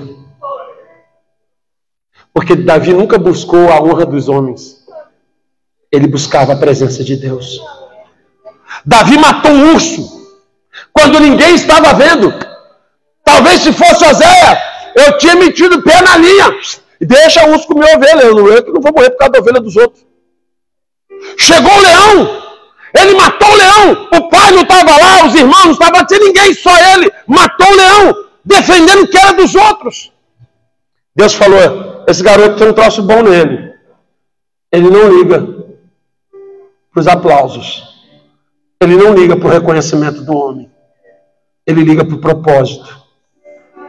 Porque Davi nunca buscou a honra dos homens. Ele buscava a presença de Deus. Davi matou um urso quando ninguém estava vendo. Talvez se fosse Oséia, eu tinha metido o pé na linha. Deixa o urso comer a ovelha. Eu, eu não vou morrer por causa da ovelha dos outros. Chegou o leão. Ele matou o leão. O pai não estava lá, os irmãos não estavam, não tinha ninguém, só ele. Matou o leão, defendendo o que era dos outros. Deus falou, esse garoto tem um troço bom nele. Ele não liga para os aplausos. Ele não liga para o reconhecimento do homem. Ele liga para o propósito.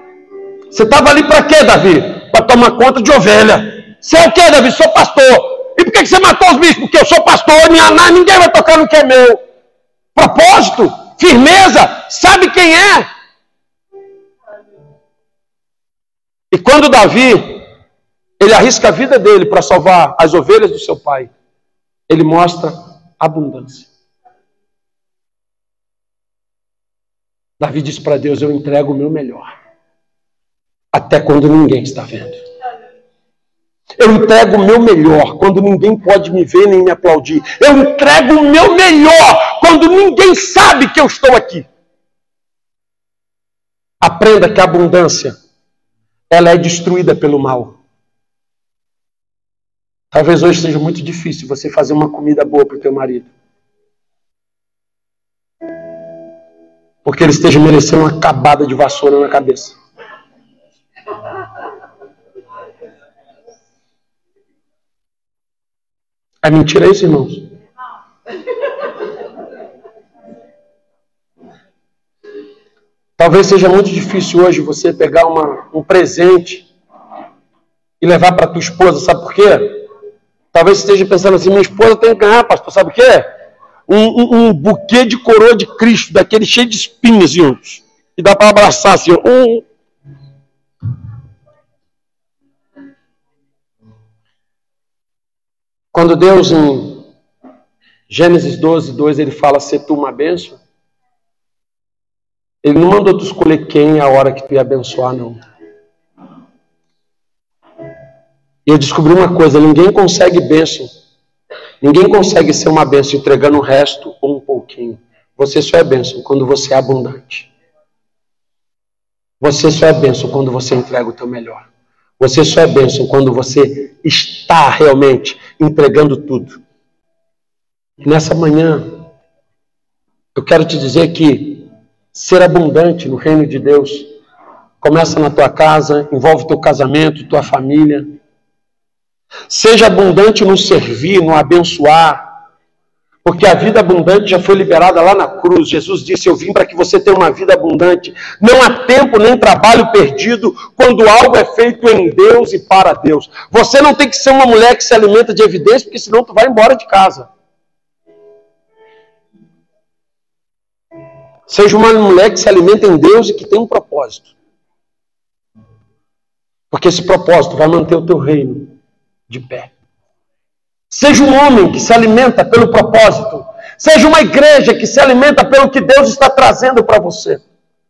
Você estava ali para quê, Davi? Para tomar conta de ovelha. Você é o quê, Davi? Sou pastor. E por que você matou os bichos? Porque eu sou pastor, ninguém vai tocar no que é meu. Propósito, firmeza, sabe quem é? E quando Davi, ele arrisca a vida dele para salvar as ovelhas do seu pai, ele mostra abundância. Davi diz para Deus, eu entrego o meu melhor, até quando ninguém está vendo. Eu entrego o meu melhor quando ninguém pode me ver nem me aplaudir. Eu entrego o meu melhor quando ninguém sabe que eu estou aqui. Aprenda que a abundância, ela é destruída pelo mal. Talvez hoje seja muito difícil você fazer uma comida boa para o teu marido, porque ele esteja merecendo uma cabada de vassoura na cabeça. É mentira isso, irmãos? Talvez seja muito difícil hoje você pegar uma, um presente e levar para tua esposa, sabe por quê? Talvez você esteja pensando assim, minha esposa tem que ganhar, pastor, sabe o quê? Um, um, um buquê de coroa de Cristo, daquele cheio de espinhos, juntos, e dá para abraçar assim, um... Quando Deus, em Gênesis doze, dois, ele fala, se tu uma bênção, ele não mandou tu escolher quem, a hora que tu ia abençoar, não. E eu descobri uma coisa, ninguém consegue bênção, ninguém consegue ser uma bênção entregando o resto ou um pouquinho. Você só é bênção quando você é abundante. Você só é bênção quando você entrega o teu melhor. Você só é bênção quando você está realmente entregando tudo. E nessa manhã, eu quero te dizer que ser abundante no reino de Deus começa na tua casa, envolve teu casamento, tua família. Seja abundante no servir, no abençoar. Porque a vida abundante já foi liberada lá na cruz. Jesus disse, eu vim para que você tenha uma vida abundante. Não há tempo nem trabalho perdido quando algo é feito em Deus e para Deus. Você não tem que ser uma mulher que se alimenta de evidência, porque senão tu vai embora de casa. Seja uma mulher que se alimenta em Deus e que tem um propósito. Porque esse propósito vai manter o teu reino de pé. Seja um homem que se alimenta pelo propósito. Seja uma igreja que se alimenta pelo que Deus está trazendo para você.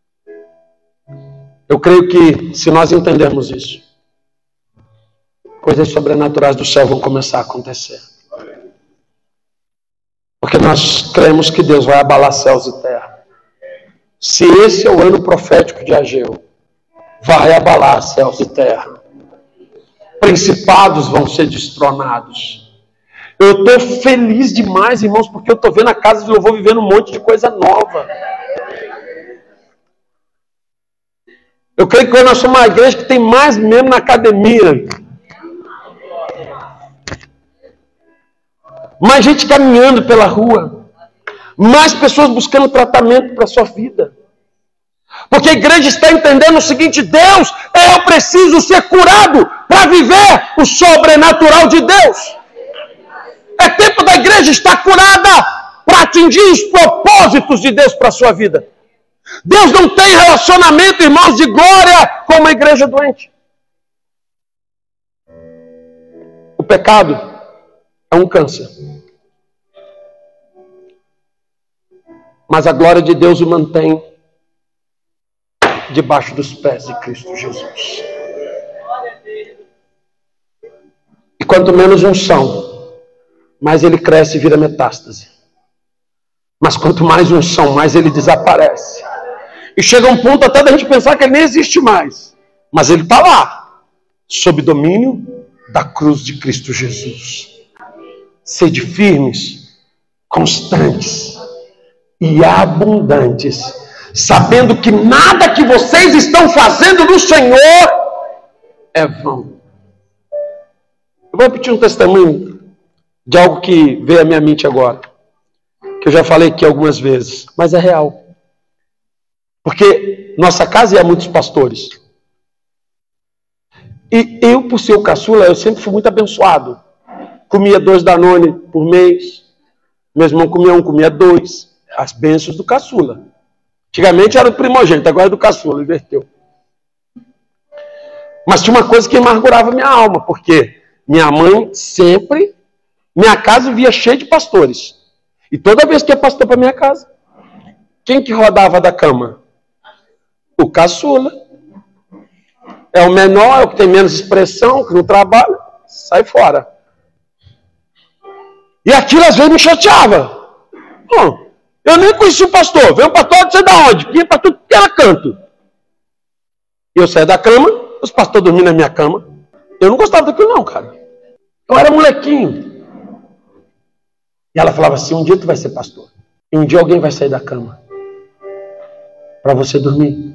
Eu creio que se nós entendermos isso, coisas sobrenaturais do céu vão começar a acontecer. Porque nós cremos que Deus vai abalar céus e terra. Se esse é o ano profético de Ageu, vai abalar céus e terra. Principados vão ser destronados. Eu estou feliz demais, irmãos, porque eu estou vendo a casa de louvor vivendo um monte de coisa nova. Eu creio que nós somos uma igreja que tem mais membros na academia. Mais gente caminhando pela rua. Mais pessoas buscando tratamento para a sua vida. Porque a igreja está entendendo o seguinte, Deus, eu preciso ser curado para viver o sobrenatural de Deus. É tempo da igreja estar curada para atingir os propósitos de Deus para a sua vida. Deus não tem relacionamento, irmãos, de glória com uma igreja doente. O pecado é um câncer. Mas a glória de Deus o mantém debaixo dos pés de Cristo Jesus. E quanto menos unção, mais ele cresce e vira metástase. Mas quanto mais unção, mais ele desaparece. E chega um ponto até da gente pensar que ele nem existe mais. Mas ele está lá, sob domínio da cruz de Cristo Jesus. Sede firmes, constantes e abundantes, sabendo que nada que vocês estão fazendo no Senhor é vão. Eu vou repetir um testemunho de algo que veio à minha mente agora, que eu já falei aqui algumas vezes, mas é real. Porque nossa casa é muitos pastores. E eu, por ser o caçula, eu sempre fui muito abençoado. comia dois Danone por mês. Meu irmão comia um, comia dois. As bênçãos do caçula. Antigamente era o primogênito, agora é do caçula, inverteu. Mas tinha uma coisa que amargurava minha alma, porque minha mãe sempre, minha casa via cheia de pastores. E toda vez que ia pastor para minha casa, quem que rodava da cama? O caçula. É o menor, é o que tem menos expressão, que não trabalha, sai fora. E aquilo às vezes me chateava. Bom, eu nem conheci o pastor. Veio o pastor, não sei de onde. Vinha para tudo que era canto. E eu saía da cama, os pastores dormiam na minha cama. Eu não gostava daquilo não, cara. Eu era molequinho. E ela falava assim, um dia tu vai ser pastor. E um dia alguém vai sair da cama. Para você dormir.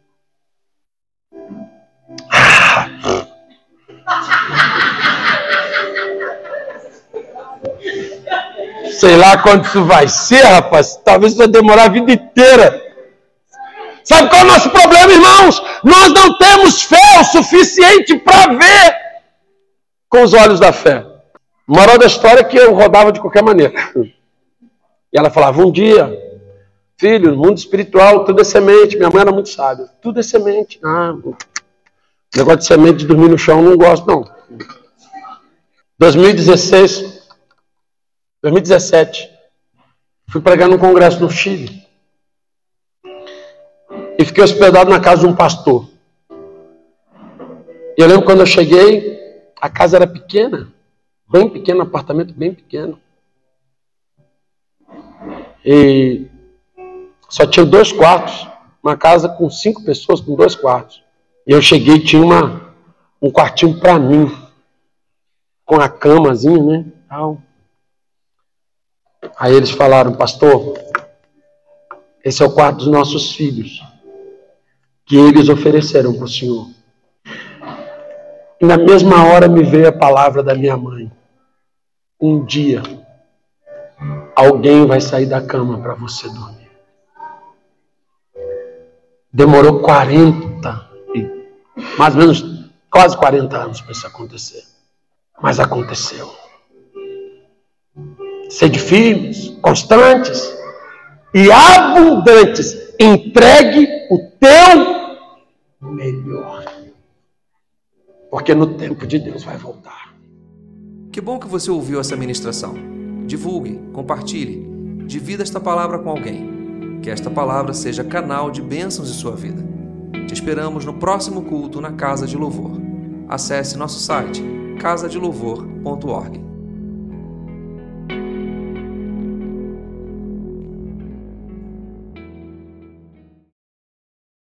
Sei lá quando isso vai ser, rapaz. Talvez vai demorar a vida inteira. Sabe qual é o nosso problema, irmãos? Nós não temos fé o suficiente para ver com os olhos da fé. Moral da história é que eu rodava de qualquer maneira. E ela falava, um dia, filho, no mundo espiritual, tudo é semente. Minha mãe era muito sábia. Tudo é semente. Ah, negócio de semente de dormir no chão, não gosto, não. dois mil e dezesseis, dois mil e dezessete, fui pregar num congresso no Chile. E fiquei hospedado na casa de um pastor. E eu lembro quando eu cheguei, a casa era pequena. Bem pequeno, um apartamento bem pequeno. E só tinha dois quartos. Uma casa com cinco pessoas, com dois quartos. E eu cheguei e tinha uma, um quartinho para mim. Com a camazinha, né? Aí eles falaram, pastor, esse é o quarto dos nossos filhos. Que eles ofereceram para o Senhor. E na mesma hora me veio a palavra da minha mãe. Um dia, alguém vai sair da cama para você dormir. Demorou quarenta, mais ou menos quase quarenta anos para isso acontecer. Mas aconteceu. Sede firmes, constantes e abundantes. Entregue o teu melhor. Porque no tempo de Deus vai voltar. Que bom que você ouviu essa ministração. Divulgue, compartilhe, divida esta palavra com alguém. Que esta palavra seja canal de bênçãos em sua vida. Te esperamos no próximo culto na Casa de Louvor. Acesse nosso site casa de louvor ponto org.